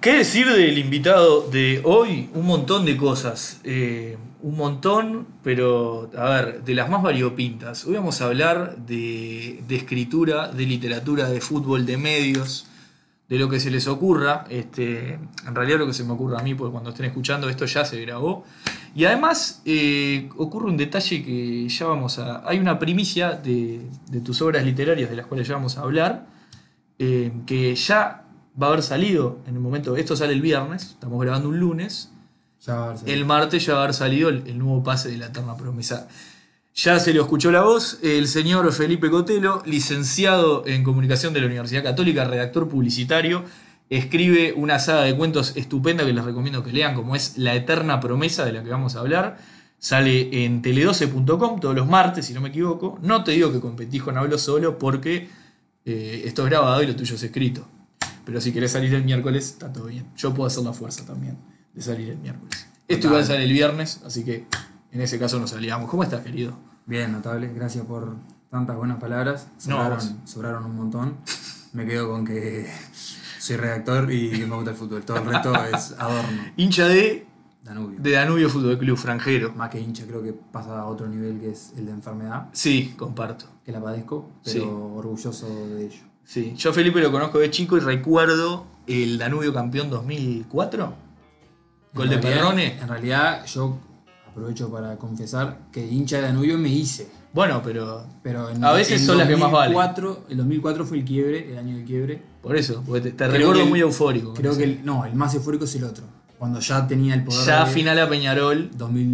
¿Qué decir del invitado de hoy? Un montón de cosas. Un montón, pero a ver, de las más variopintas. Hoy vamos a hablar de escritura, de literatura, de fútbol, de medios, de lo que se les ocurra. En realidad lo que se me ocurra a mí, porque cuando estén escuchando esto ya se grabó. Y además ocurre un detalle que ya vamos a... Hay una primicia de tus obras literarias de las cuales ya vamos a hablar, que ya va a haber salido en el momento... Esto sale el viernes, estamos grabando un lunes. El martes ya va a haber salido el nuevo pase de la eterna promesa. Ya se lo escuchó la voz, el señor Felipe Cotelo, licenciado en Comunicación de la Universidad Católica, redactor publicitario, escribe una saga de cuentos estupenda que les recomiendo que lean, como es La Eterna Promesa, de la que vamos a hablar. Sale en tele12.com todos los martes, si no me equivoco. No te digo que competís con Hablo Solo, porque esto es grabado y lo tuyo es escrito. Pero si querés salir el miércoles, está todo bien. Yo puedo hacer la fuerza también de salir el miércoles. Esto igual sale el viernes, así que en ese caso nos aliamos. ¿Cómo estás, querido? Bien, notable. Gracias por tantas buenas palabras. Sobraron un montón. Me quedo con que soy redactor y que me gusta el fútbol. Todo el resto es adorno. Hincha de Danubio. De Danubio Fútbol Club, franjero. Más que hincha, creo que pasa a otro nivel, que es el de enfermedad. Sí, comparto. Que la padezco, pero sí, orgulloso de ello. Sí, yo a Felipe lo conozco de chico y recuerdo el Danubio campeón 2004. Gol de Perrone. En realidad, yo aprovecho para confesar que hincha de Danubio me hice. Bueno, pero a veces son las que más valen. El 2004 fue el quiebre, el año del quiebre. Por eso, porque te recuerdo muy eufórico. Creo que el más eufórico es el otro. Cuando ya tenía el poder ya final a Peñarol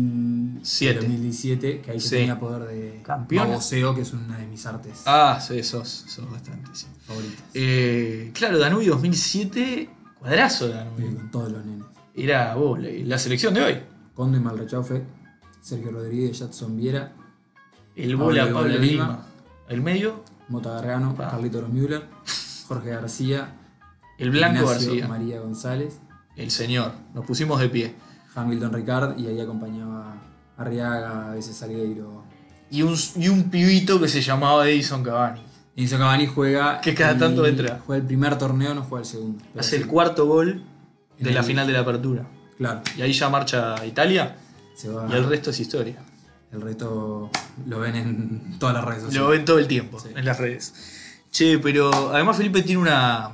2017, que ahí sí, tenía poder de campeón. Baboseo, que es una de mis artes. Ah, sí, sos bastante, sí. Favoritas. Claro, Danubio 2007, cuadrazo de Danubio. Con todos los nenes. Era la selección de hoy. Conde Malrechaufe, Sergio Rodríguez, Jadson Viera, el bola Pablo Lima. El medio, Mota Gargano, Carlitos Müller, Jorge García, el Blanco Ignacio García, María González, el señor. Nos pusimos de pie. Hamilton Ricard, y ahí acompañaba Arriaga, a veces Salgueiro. Y un pibito que se llamaba Edison Cavani. Edison Cavani juega. Que cada tanto entra. Juega el primer torneo, no juega el segundo. Hace el cuarto gol de la final de la apertura. Claro. Y ahí ya marcha a Italia. Se va, y el resto es historia. El resto lo ven en todas las redes sociales. Lo ven todo el tiempo, sí, en las redes. Che, pero además Felipe tiene una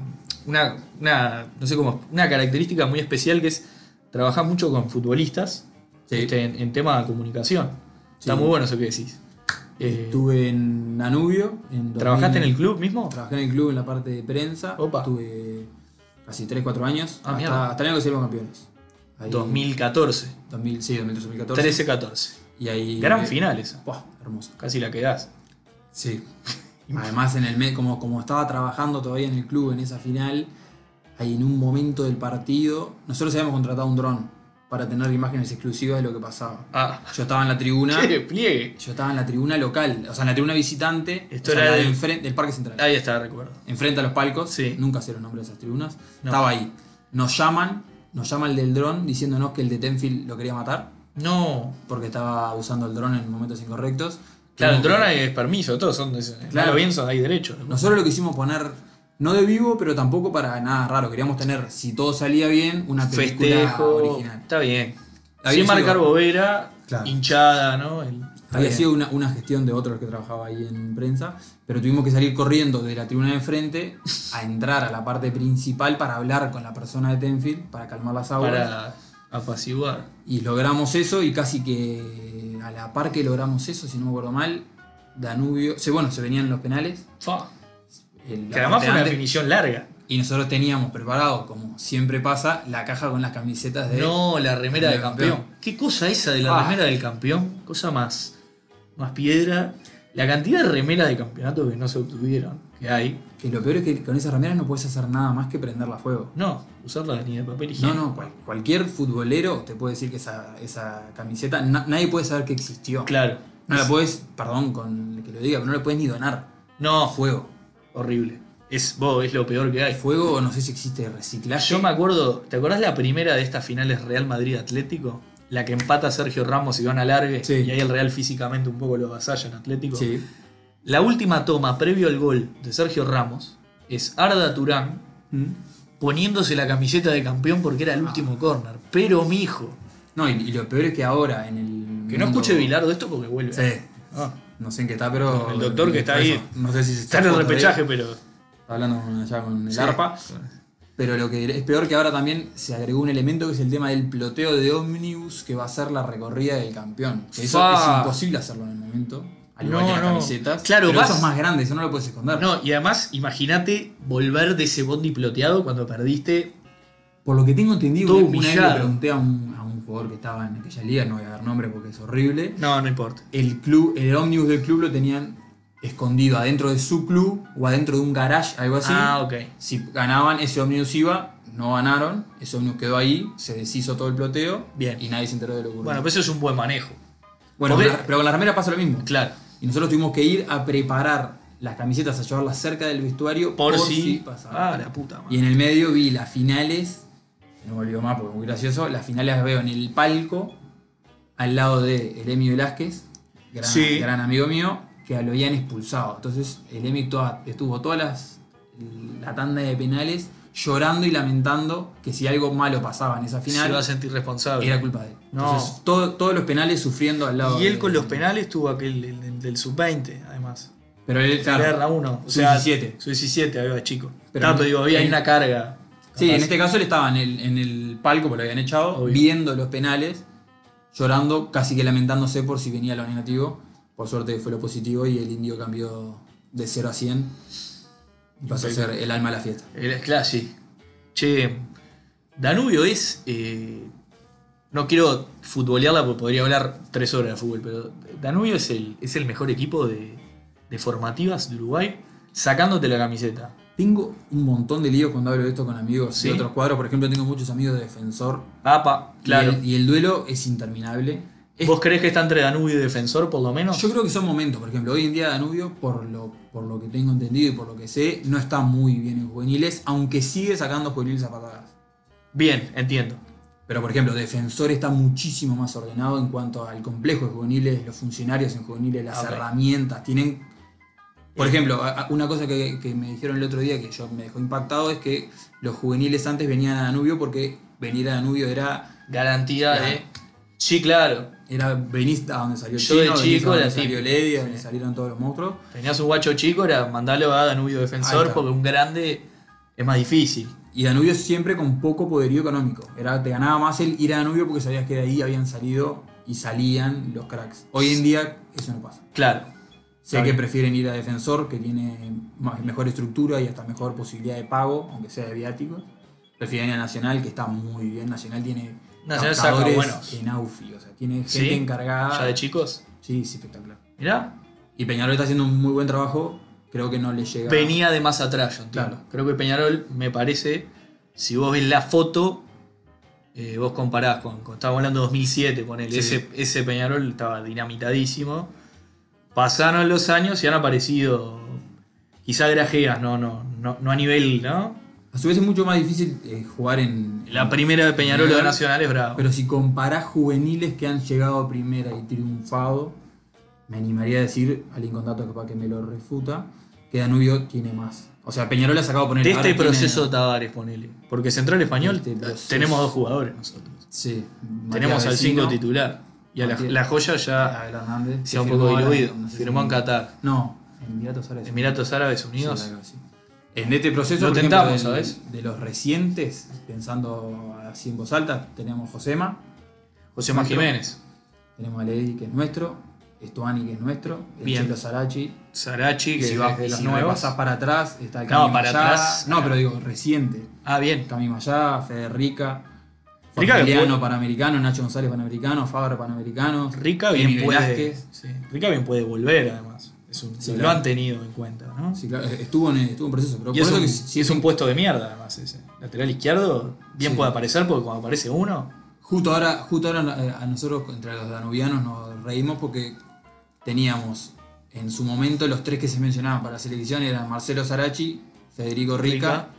no sé cómo, una característica muy especial, que es trabajar mucho con futbolistas, sí, en tema de comunicación. Sí. Está muy bueno eso que decís. Estuve en Danubio. ¿Trabajaste en el club mismo? Trabajé en el club en la parte de prensa. Opa. Estuve casi 3-4 años. Hasta el año que salieron campeones. Ahí, 2014. Sí, 2014. 13-14. Y ahí. Gran final esa. Hermoso. Casi la quedás. Sí. Además, en el mes, como estaba trabajando todavía en el club en esa final, ahí en un momento del partido, nosotros habíamos contratado un dron para tener imágenes exclusivas de lo que pasaba. Yo estaba en la tribuna. ¡Qué pliegue! Yo estaba en la tribuna local, o sea, en la tribuna visitante. Esto era del Parque Central. Ahí está, recuerdo. Enfrente a los palcos. Sí. Nunca sé los nombres de esas tribunas. No. Estaba ahí. Nos llama el del dron diciéndonos que el de Tenfield lo quería matar. No. Porque estaba usando el dron en momentos incorrectos. Claro, el dron es permiso, todos son. Claro, bien, hay derechos. Nosotros lo quisimos poner, no de vivo, pero tampoco para nada raro. Queríamos tener, si todo salía bien, una película festejo original. Está bien. Sin marcar bobera, claro, hinchada, ¿no? Había sido una gestión de otro que trabajaba ahí en prensa, pero tuvimos que salir corriendo de la tribuna de enfrente a entrar a la parte principal para hablar con la persona de Tenfield, para calmar las aguas. Para apaciguar. Y logramos eso, y casi que a la par que logramos eso, si no me acuerdo mal, Danubio... se venían los penales. Que además fue una definición larga. Y nosotros teníamos preparado, como siempre pasa, la caja con las camisetas de... No, la remera de campeón. ¿Qué cosa esa de la remera del campeón? Cosa más piedra. La cantidad de remeras de campeonato que no se obtuvieron, que hay. Que lo peor es que con esas remeras no puedes hacer nada más que prenderla a fuego. No, usarla ni de papel higiénico. No, cualquier futbolero te puede decir que esa camiseta, nadie puede saber que existió. Claro. No la puedes, perdón con que lo diga, pero no la puedes ni donar. No. Fuego. Horrible. Es lo peor que hay. Fuego, no sé si existe reciclaje. Yo me acuerdo, ¿te acordás la primera de estas finales Real Madrid-Atlético? La que empata Sergio Ramos y van a alargue, sí, y ahí el Real físicamente un poco lo avasalla en Atlético. Sí. La última toma previo al gol de Sergio Ramos es Arda Turán poniéndose la camiseta de campeón porque era el último córner. Pero mijo. No, y lo peor es que ahora en el. Que no escuche Bilardo esto porque vuelve. Sí. Ah. No sé en qué está, pero. El doctor que está por ahí. eso, no sé si se Está en el repechaje, pero. Está hablando allá con el Sí. ARPA. Pero lo que es peor que ahora también se agregó un elemento que es el tema del ploteo de ómnibus que va a ser la recorrida del campeón. Que eso Fa. es imposible hacerlo en el momento. Al igual que las camisetas. Claro, pero vas- eso es más grande, eso no lo puedes esconder. No, y además, imagínate volver de ese bondi ploteado cuando perdiste. Por lo que tengo entendido, Todo una vez le humillado. pregunté a un jugador que estaba en aquella liga, no voy a dar nombre porque es horrible. No, no importa. El ómnibus del club lo tenían escondido adentro de su club o adentro de un garage, algo así. Ah, ok. Si ganaban, ese ómnibus iba, no ganaron, ese ómnibus quedó ahí, se deshizo todo el ploteo. Bien. Y nadie se enteró de lo que ocurrió. Bueno, pues eso es un buen manejo. Bueno, porque- pero con la remera pasa lo mismo. Claro. Y nosotros tuvimos que ir a preparar las camisetas, a llevarlas cerca del vestuario Por si. pasaba. Ah, la puta madre. Y en el medio vi las finales, no me olvido más porque es muy gracioso, las finales las veo en el palco, al lado de el Emi Velázquez, Sí. gran amigo mío, que lo habían expulsado. Entonces el Emi estuvo la tanda de penales llorando y lamentando que si algo malo pasaba en esa Se final, va a sentir responsable. era culpa de él. No. Entonces todos los penales sufriendo al lado Y él de- con los penales tuvo aquel del sub-20, además. Pero él, claro, Era 1. O Sub sea, 17. Sub-17, había chico. Pero Digo, había en- una carga. Sí, capaz. en este caso él estaba en el palco, porque lo habían echado, Obvio. viendo los penales, llorando, casi que lamentándose por si venía lo negativo. Por suerte fue lo positivo y el indio cambió de 0 a 100 y pasó a ser el alma de la fiesta. Claro, sí. Che, Danubio es. No quiero futbolearla porque podría hablar 3 horas de fútbol, pero Danubio es el mejor equipo de formativas de Uruguay, sacándote la camiseta. Tengo un montón de líos cuando hablo de esto con amigos ¿Sí? de otros cuadros. Por ejemplo, tengo muchos amigos de Defensor. Apa, claro. Y el duelo es interminable. ¿Vos creés que está entre Danubio y Defensor, por lo menos? Yo creo que son momentos. Por ejemplo, hoy en día Danubio, por lo que tengo entendido y por lo que sé, no está muy bien en juveniles, aunque sigue sacando juveniles a patadas. Bien, entiendo. Pero, por ejemplo, Defensor está muchísimo más ordenado en cuanto al complejo de juveniles, los funcionarios en juveniles, las Ok. herramientas. Tienen. Por ejemplo, una cosa que me dijeron el otro día que yo me dejó impactado es que los juveniles antes venían a Danubio porque venir a Danubio era Garantía Claro. de. Sí, claro. venís a donde salió el Yo de Chino, venís chico a donde era salió tipo, Ledy, a sí. donde salieron todos los monstruos. Tenías un guacho chico, era mandarlo a Danubio Ahí Defensor está. porque un grande es más difícil. Y Danubio siempre con poco poderío económico. Te ganaba más el ir a Danubio porque sabías que de ahí habían salido y salían los cracks. Hoy en día eso no pasa. Claro. Sé Está que bien. prefieren ir a Defensor, que tiene mejor estructura y hasta mejor posibilidad de pago, aunque sea de viáticos. Prefieren ir a Nacional, que está muy bien. Nacional tiene Nacional saca captadores buenos. en AUFI, o sea, tiene gente ¿Sí? encargada. ¿Ya de chicos? Sí, sí, espectacular. Mirá. Y Peñarol está haciendo un muy buen trabajo, creo que no le llega. Venía de más atrás, yo entiendo. Claro. Creo que Peñarol, me parece, si vos ves la foto, vos comparás con estábamos hablando de 2007, ponele, Sí. ese Peñarol estaba dinamitadísimo. Pasaron los años y han aparecido quizá grajeas, no a nivel, ¿no? A su vez es mucho más difícil jugar en. La primera de Peñarol o de Peñarol, Nacional es bravo. Pero si comparás juveniles que han llegado a primera y triunfado, me animaría a decir, alguien con datos capaz que me lo refuta, que Danubio tiene más. O sea, Peñarol ha sacado poner de este proceso Tavares, ponele. Porque Central Español Este proceso. tenemos 2 jugadores nosotros. Sí. Tenemos al 5 Vecino, titular. Y a Matías- la joya ya Abel Hernández, se ha un que poco firmó ahora, diluido. no sé Firmó si- en Qatar. No, en Emiratos Árabes. Emiratos Árabes Unidos. Sí, algo así. En este proceso, Lo por ejemplo, tentamos, ¿sabes? de los recientes, pensando así en voz alta, tenemos Josema, José Jiménez. tenemos a Ledy, que es nuestro, Estuani, que es nuestro, el Bien. Chelo Sarachi. Sarachi, Y que si es vas de los si nuevos. repasás para atrás, está el No, Cami para Mayá. atrás. No, pero digo, reciente. Ah, bien. Cami Mayá, Federica, Rica que Emiliano puede- Panamericano, Nacho González Panamericano, Fabra Panamericano. Rica Emi bien puede. Velázquez. Sí. Rica bien puede volver, además. Sí, lo claro. han tenido en cuenta, ¿no? Sí, claro, estuvo en proceso. Pero Y por es eso un, que y es un puesto de mierda, además, ese. Lateral izquierdo, bien Sí. puede aparecer porque cuando aparece uno. Justo ahora a nosotros, entre los danubianos, nos reímos porque teníamos en su momento los 3 que se mencionaban para la selección eran Marcelo Sarachi, Federico Rica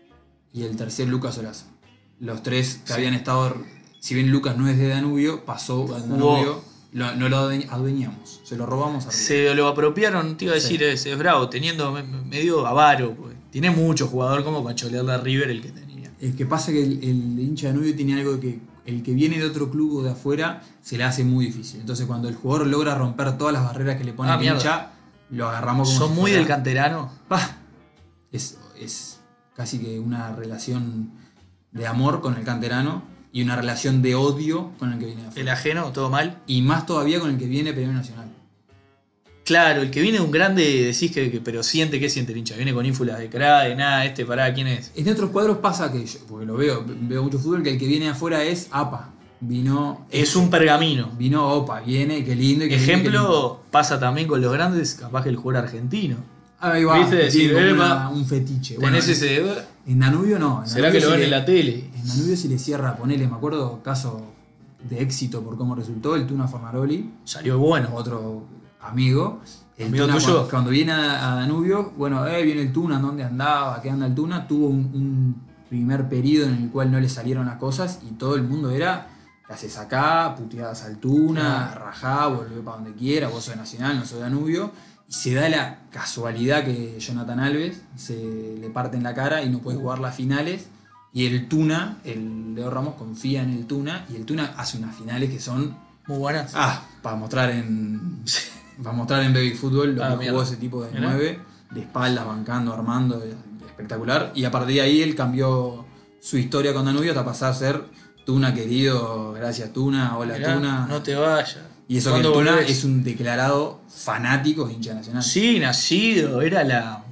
y el tercer Lucas Olaza. Los 3 que Sí. habían estado, si bien Lucas no es de Danubio, pasó al Danubio, no lo adueñamos, se lo robamos a Rica. Se lo apropiaron, te iba a Sí. decir, es bravo, teniendo medio avaro. Pues. Tiene mucho jugador como para cholearle a River el que tenía. Es que pasa que el hincha de Danubio tiene algo que el que viene de otro club o de afuera se le hace muy difícil. Entonces cuando el jugador logra romper todas las barreras que le pone el mierda. hincha, lo agarramos como Son si muy fuera- del canterano. ¡Pah! Es casi que una relación de amor con el canterano y una relación de odio con el que viene de afuera. El ajeno, todo mal. Y más todavía con el que viene de Primera Nacional. Claro, el que viene de un grande decís pero siente, ¿qué siente el hincha? Viene con ínfulas de cra, de nada, pará, ¿quién es? En otros cuadros pasa que yo, porque lo veo mucho fútbol, que el que viene de afuera es APA. Es un pergamino. Vino OPA, viene, qué lindo. Y qué lindo, qué lindo. Ejemplo, pasa también con los grandes, capaz que el jugador argentino. Ahí va, ¿Viste? tiene Decir, como un fetiche. Bueno, Tenés ese. en Danubio no. En ¿Será Danubio que lo se ven le- en la tele? En Danubio se le cierra, ponele, me acuerdo, caso de éxito por cómo resultó, el Tuna Fornaroli, Salió bueno. otro amigo. El ¿Amigo Tuna, tuyo? cuando viene a Danubio, bueno, viene el Tuna, ¿dónde andaba? ¿Qué anda el Tuna? Tuvo un primer periodo en el cual no le salieron las cosas y todo el mundo era, ¿qué haces acá? Puteadas al Tuna, rajá, volvé para donde quiera, vos sos de Nacional, no sos de Danubio. Y se da la casualidad que Jonathan Alves se le parte en la cara y no puede jugar las finales. Y el Tuna, el Leo Ramos, confía en el Tuna y el Tuna hace unas finales que son Muy buenas. para mostrar en Baby Fútbol lo que mierda. jugó ese tipo de Mirá. 9, de espaldas, bancando, armando, espectacular. Y a partir de ahí él cambió su historia con Danubio hasta pasar a ser Tuna querido, gracias Tuna, hola Mirá, Tuna. no te vayas. Y eso que el ¿Cuándo Tuna volvés? es un declarado fanático de hincha nacional. Sí, nacido, era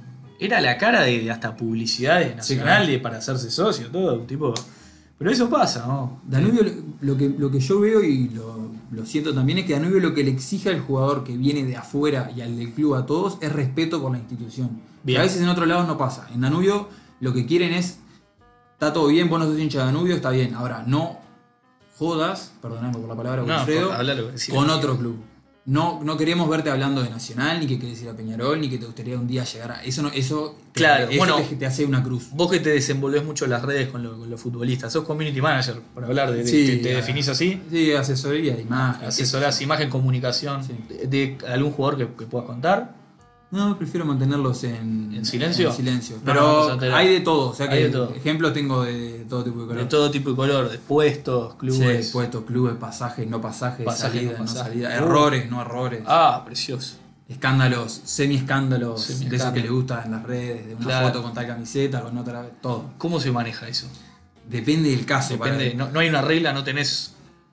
la cara de hasta publicidades nacional claro. para hacerse socio, todo, tipo. Pero eso pasa, ¿no? Danubio, lo que yo veo y lo siento también es que Danubio lo que le exige al jugador que viene de afuera y al del club a todos es respeto por la institución. Bien. A veces en otros lados no pasa. En Danubio lo que quieren es, está todo bien, vos no sos hincha de Danubio, está bien. Ahora, no jodas, perdonadme por la palabra, No, Wilfredo, habla lo que decía. con otro club. No queremos verte hablando de Nacional, ni que querés ir a Peñarol, ni que te gustaría un día llegar a... Eso Claro, eso bueno. te hace una cruz. Vos que te desenvolvés mucho en las redes con los futbolistas, sos community manager, por hablar Sí, te definís así. Sí, asesoría de imagen. Asesorás imagen, comunicación Sí. de algún jugador que puedas contar. No, prefiero mantenerlos en silencio? En silencio. No, Pero vamos a enterar. hay de todo, o sea que Hay de todo. ejemplos tengo de todo tipo de color. De todo tipo de color, de puestos, clubes. Sí, puestos, clubes, pasajes, no pasajes, Pasajes, salida, no no pasajes. salida, errores, no errores. Ah, precioso. Escándalos, semi-escándalos, de esos Semi-escándalos. que le gustan en las redes, de una Claro. foto con tal camiseta, con otra, todo. ¿Cómo se maneja eso? Depende del caso. Depende, no hay una regla, no tenés.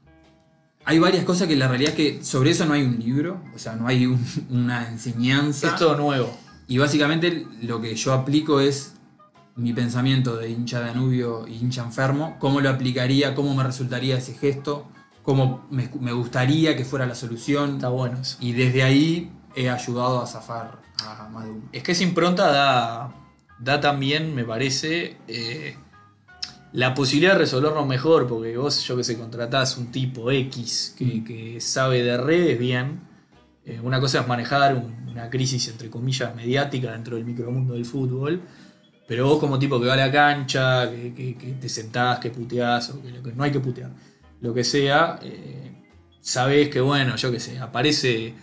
Hay varias cosas que la realidad es que sobre eso no hay un libro, o sea, no hay una enseñanza. Es todo nuevo. Y básicamente lo que yo aplico es mi pensamiento de hincha de Danubio y hincha enfermo, cómo lo aplicaría, cómo me resultaría ese gesto, cómo me gustaría que fuera la solución. Está bueno eso. Y desde ahí he ayudado a zafar a más de uno. Es que esa impronta da también, me parece, la posibilidad de resolverlo mejor, porque vos, yo que sé, contratás un tipo X que sabe de redes bien. Una cosa es manejar una crisis, entre comillas, mediática dentro del micromundo del fútbol, pero vos como tipo que va a la cancha, que te sentás, que puteás, o que no hay que putear, lo que sea, sabés que, bueno, yo que sé, aparece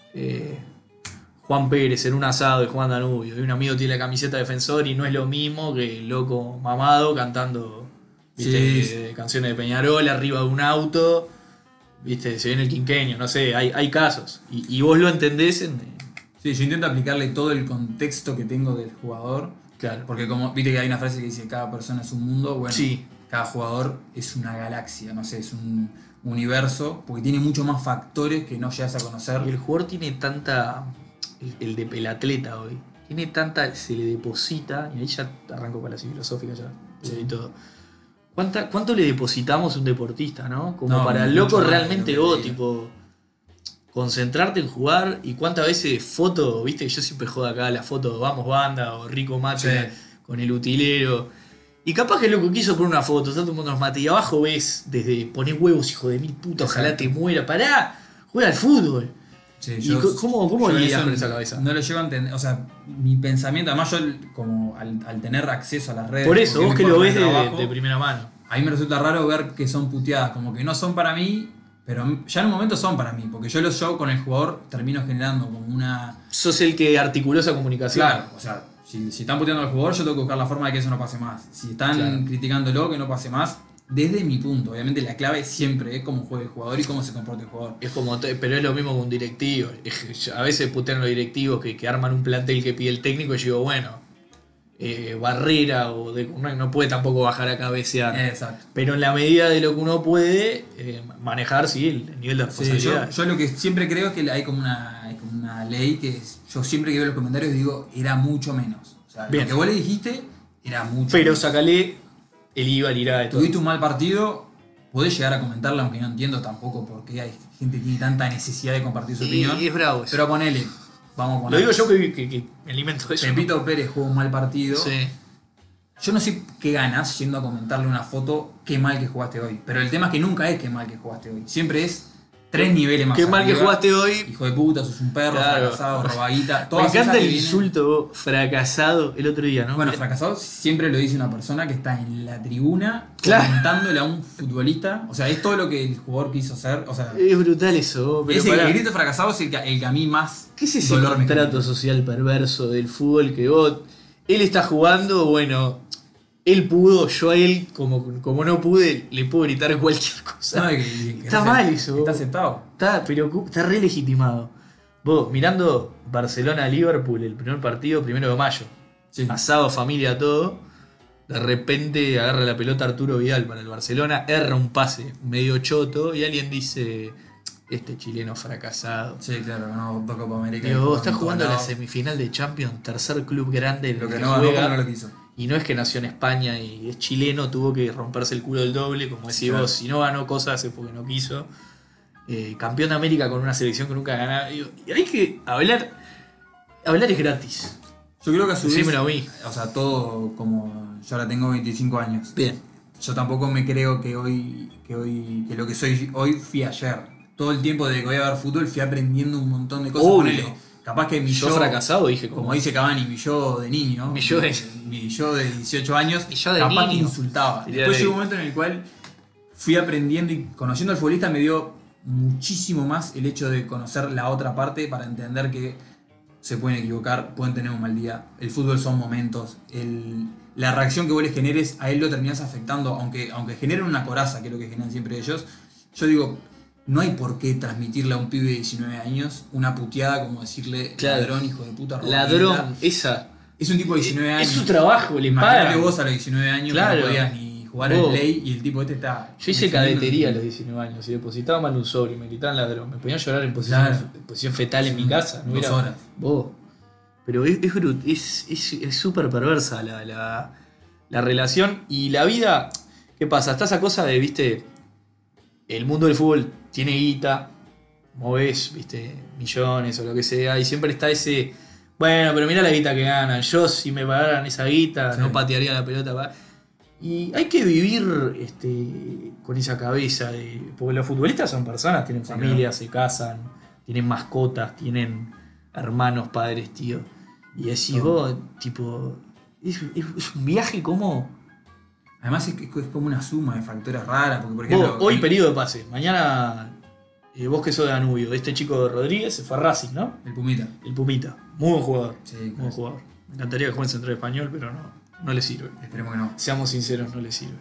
Juan Pérez en un asado de Juan Danubio, y un amigo tiene la camiseta de Defensor y no es lo mismo que el loco mamado cantando, ¿viste? Sí. Canciones de Peñarol arriba de un auto. Viste, se viene el quinqueño, no sé, hay casos. Y vos lo entendés Sí, yo intento aplicarle todo el contexto que tengo del jugador. Claro. Porque como viste que hay una frase que dice cada persona es un mundo, bueno, Sí. cada jugador es una galaxia, no sé, es un universo, porque tiene mucho más factores que no llegas a conocer. Y el jugador tiene tanta. El atleta hoy. Tiene tanta. Se le deposita. Y ahí ya arranco para la filosófica ya. Sí. Y todo. ¿Cuánto le depositamos a un deportista, no? Como No, para el mucho loco más de realmente lo que vos, diga. tipo. Concentrarte en jugar y cuántas veces foto, viste, yo siempre jodo acá la foto de Vamos Banda o Rico Mate Sí. con el utilero. Y capaz que el loco quiso poner una foto, está tomando unos mates y abajo ves desde poner huevos, hijo de mil puta, ojalá te muera, pará, juega al fútbol. Sí, ¿Y cómo yo lidias eso con esa cabeza? No lo llego a entender, o sea, mi pensamiento, además yo como al tener acceso a las redes. Por eso, porque vos es que mi lo forma ves trabajo, de primera mano. a mí me resulta raro ver que son puteadas, como que no son para mí, pero ya en un momento son para mí, porque yo con el jugador termino generando como una... Sos el que articuló esa comunicación. Claro, o sea, Si están puteando al jugador, yo tengo que buscar la forma de que eso no pase más. Si están criticándolo, que no pase más. Desde mi punto, obviamente la clave siempre es cómo juega el jugador y cómo se comporta el jugador. Es como, pero es lo mismo que un directivo. A veces putean los directivos que arman un plantel que pide el técnico y yo digo, bueno, Barrera no puede tampoco bajar a cabecear. Exacto. Pero en la medida de lo que uno puede manejar, sí, el nivel de responsabilidad. Yo lo que siempre creo es que hay como una ley que yo siempre que veo los comentarios digo, era mucho menos. O sea, Bien. lo que vos le dijiste era mucho Pero menos. sacale el IVA, el IRA de todo. Tuviste un mal partido, podés llegar a comentarlo, aunque no entiendo tampoco por qué hay gente que tiene tanta necesidad de compartir su opinión. Y es bravo eso. Pero ponele, vamos a Lo poner. digo yo que me alimento de eso. Pepito Pérez jugó un mal partido. Sí. Yo no sé qué ganas yendo a comentarle una foto qué mal que jugaste hoy. Pero el tema es que nunca es qué mal que jugaste hoy. Siempre es 3 niveles más Qué mal que arriba. jugaste hoy. Hijo de puta, sos un perro, Claro. fracasado, robaguita. Me Todas encanta esas el que vienen- insulto fracasado el otro día, ¿no? Bueno, fracasado siempre lo dice una persona que está en la tribuna Claro. comentándole a un futbolista. O sea, es todo lo que el jugador quiso hacer. O sea, Es brutal eso. Pero ese pará. el grito fracasado es el que a mí más ¿Qué es ese dolor me contrato genera. social perverso del fútbol que vos... Él está jugando, bueno, él pudo, yo a él, como no pude, le puedo gritar cualquier cosa. No, Está mal eso. Está aceptado. Está re legitimado. Vos, mirando Barcelona-Liverpool, el primer partido, 1 de mayo. Sí. Asado, familia, todo. De repente agarra la pelota Arturo Vidal para el Barcelona, erra un pase medio choto y alguien dice, este chileno fracasado. Sí, claro, ganó 2 Copa América. Digo, y vos estás jugó en jugando todos la lados. semifinal de Champions, tercer club grande en Lo el que que no ganó juega, como no lo quiso. y no es que nació en España y es chileno, tuvo que romperse el culo del doble, como decís Claro. vos, si no ganó cosas es porque no quiso. Campeón de América con una selección que nunca ganaba. Digo, y hay que hablar es gratis. Yo creo que a su vez, Decímelo a mí. o sea, todo como yo ahora tengo 25 años. Bien. Yo tampoco me creo que lo que soy hoy fui ayer. Todo el tiempo desde que voy a ver fútbol fui aprendiendo un montón de cosas. Obvio. Ponele, capaz que mi Yo yo, fracasado dije como dice Cavani, mi yo de niño, Mi yo de- mi yo de 18 años, Mi yo de capaz que niño. insultaba. Diría Después de- llegó un momento en el cual fui aprendiendo y conociendo al futbolista me dio muchísimo más el hecho de conocer la otra parte para entender que se pueden equivocar, pueden tener un mal día. El fútbol son momentos. La reacción que vos les generes, a él lo terminás afectando, aunque generen una coraza, que es lo que generan siempre ellos. Yo digo, no hay por qué transmitirle a un pibe de 19 años una puteada como decirle Claro. ladrón, hijo de puta, robaguita. Ladrón, esa. Es un tipo de 19 años. Es su trabajo, le Imagínate pagan. vos a los 19 años Claro. que no podías ni jugar Vos. al play y el tipo este está... Yo hice defendiendo- cadetería a los 19 años y depositaba mal un sobre y me gritaban ladrón. Me ponían a llorar en posición, Claro. en posición fetal en mi casa. No 2 era- horas. Vos. Pero es súper perversa la relación y la vida. ¿Qué pasa? Está esa cosa de, viste, el mundo del fútbol tiene guita, movés, viste, millones o lo que sea, y siempre está ese, bueno, pero mira la guita que ganan. Yo, si me pagaran esa guita, Sí. no patearía la pelota. Y hay que vivir con esa cabeza, porque los futbolistas son personas, tienen Sí, familia, claro. se casan, tienen mascotas, tienen hermanos, padres, tíos. Y decís vos, tipo, es un viaje como... Además es como una suma de factores raras, porque por ejemplo... Vos, hoy periodo de pase, mañana vos que sos de Danubio, este chico de Rodríguez se fue a Racing, ¿no? El Pumita. El Pupita, muy buen jugador, Sí, muy claro. buen jugador. Me encantaría que juegue en Central Español, pero no le sirve. Esperemos que no. Seamos sinceros, no le sirve.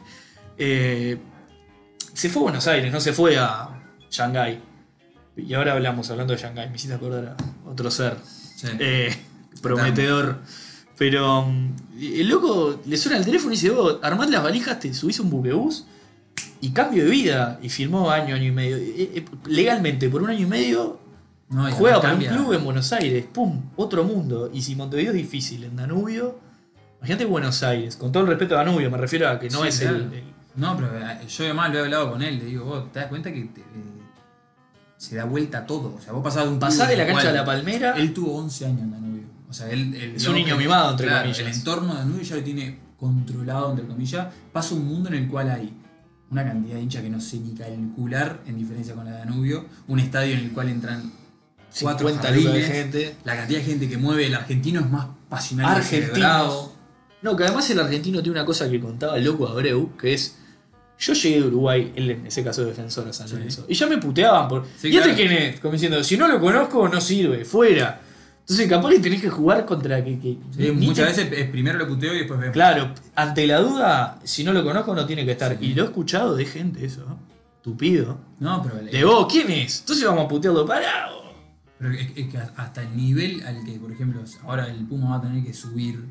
Se fue a Buenos Aires, no se fue a Shanghái. Y ahora hablando de Shanghái, me hiciste acordar a otro ser Sí. prometedor. Pero el loco le suena el teléfono y dice, vos armás las valijas, te subís a un buquebús y cambio de vida. Y firmó año y medio. Legalmente, por 1 año y medio, No, y juega además para un cambia. club en Buenos Aires. ¡Pum! Otro mundo. Y si Montevideo es difícil, en Danubio, imagínate Buenos Aires. Con todo el respeto a Danubio, me refiero a que no Sí, es claro. el No, pero yo además lo he hablado con él, le digo, vos te das cuenta que se da vuelta todo. O sea, vos pasás de un pasar de club la en el cancha de cual la Palmera. Él tuvo 11 años en Danubio. O sea, él Es un niño mimado, entre comillas. El entorno de Danubio ya lo tiene controlado, entre comillas. Pasa un mundo en el cual hay una cantidad de hinchas que no sé ni calcular en diferencia con la de Danubio. Un estadio en el cual entran 4 50 lucas de jardines. gente. La cantidad de gente que mueve. El argentino es más pasional. Argentinos. No, que además el argentino tiene una cosa que contaba el loco Abreu, que es. Yo llegué de Uruguay, él en ese caso defensor a San Sí. Lorenzo, y ya me puteaban por. Sí, ¿Y este claro. quién es? Como diciendo, si no lo conozco, no sirve, fuera. Entonces capaz que tenés que jugar contra que Sí, muchas veces primero lo puteo y después vemos. Claro, ante la duda, si no lo conozco no tiene que estar. Sí. Y lo he escuchado de gente eso, ¿no? Tupido. No, pero De vos, ¿quién es? Entonces vamos a putearlo parado. Pero es que hasta el nivel al que, por ejemplo, ahora el Puma va a tener que subir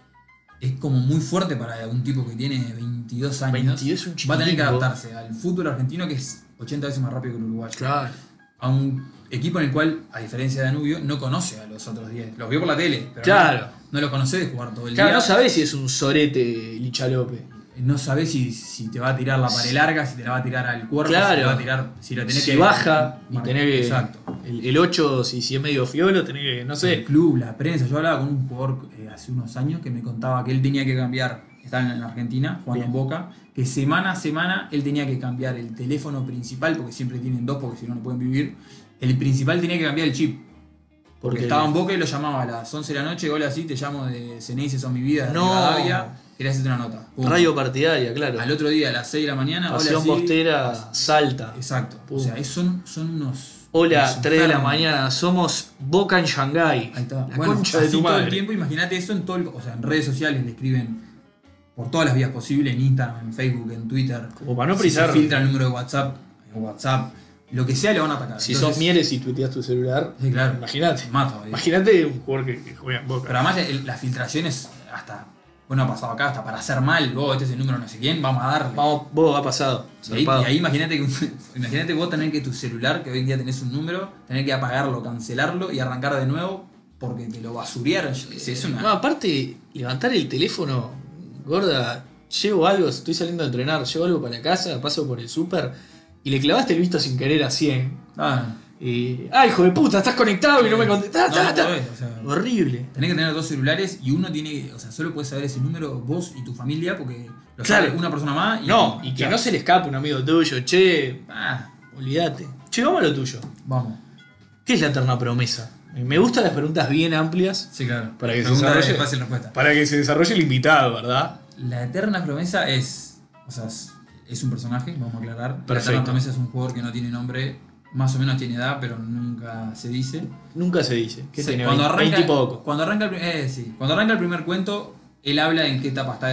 es como muy fuerte para un tipo que tiene 22 años. 22 un va a tener que chiquitico. adaptarse al fútbol argentino, que es 80 veces más rápido que el uruguayo. Claro. A un equipo en el cual, a diferencia de Danubio, no conoce a los otros 10. Los vio por la tele, pero Claro. no los conoce de jugar todo el Claro, día. no sabés si es un sorete Lichalope. No sabés si te va a tirar la pared larga, si te la va a tirar al cuerpo, Claro. si te va a tirar, si la tenés Si que baja y marcar. tenés que. Exacto. El 8, si es medio fiolo, tenés que. No El sé. club, la prensa. Yo hablaba con un jugador hace unos años que me contaba que él tenía que cambiar, estaba en Argentina, jugando en Boca, que semana a semana él tenía que cambiar el teléfono principal, porque siempre tienen dos, porque si no, no pueden vivir. El principal tenía que cambiar el chip. Porque estaba en Boca y lo llamaba a las 11 de la noche, hola, sí, te llamo de Ceneice Son Mi Vida, de No. Rivadavia, quería hacerte una nota. Pum. Radio partidaria, claro. Al otro día, a las 6 de la mañana, Pasión hola, sí. Bostera, Salta. Exacto. Pum. O sea, son unos... Hola, unos 3 de la enfermos. mañana, somos Boca en Shanghái. Ahí está. La Bueno, concha de así tu todo el madre. tiempo, imagínate eso en todo o sea, en redes sociales le escriben por todas las vías posibles, en Instagram, en Facebook, en Twitter. Como para no Si se frizar. filtra el número de WhatsApp, en WhatsApp, lo que sea le van a atacar. Si Entonces, sos Mieres y tuiteas tu celular, Sí, claro. imagínate. Mato, ahí. Imagínate un jugador que juega en Boca. Pero además las filtraciones hasta, bueno, ha pasado acá, hasta para hacer mal, vos, este es el número no sé quién, vamos a darle. Vamos, vos ha pasado. Y ahí imagínate imagínate vos tener que tu celular, que hoy en día tenés un número, tener que apagarlo, cancelarlo y arrancar de nuevo porque te lo basurearon. Yo qué sé, es una... No, aparte, levantar el teléfono, gorda, llevo algo, estoy saliendo a entrenar, llevo algo para casa, paso por el súper y le clavaste el visto sin querer a 100. Ah, Y, hijo de puta, estás conectado y no me contestás. no, no podés, o sea, Horrible. tenés que tener dos celulares y uno tiene, o sea, solo puedes saber ese número vos y tu familia porque lo Claro. sabe una persona más y No, y que ya. no se le escape un amigo tuyo, che, Ah, olvídate. Che, vamos a lo tuyo. vamos. ¿Qué es la eterna promesa? Me gustan las preguntas bien amplias Sí, claro. Para que se Pregunta de desarrolle. fácil respuesta. para que se desarrolle el invitado, ¿verdad? La eterna promesa es, o sea, es un personaje, vamos a aclarar. La Perfecto. eterna promesa es un jugador que no tiene nombre, más o menos tiene edad, pero nunca se dice. Nunca se dice. ¿Qué Sí, tiene? cuando 20 arranca, y poco. Cuando arranca, sí. Cuando arranca el primer cuento, él habla en qué etapa está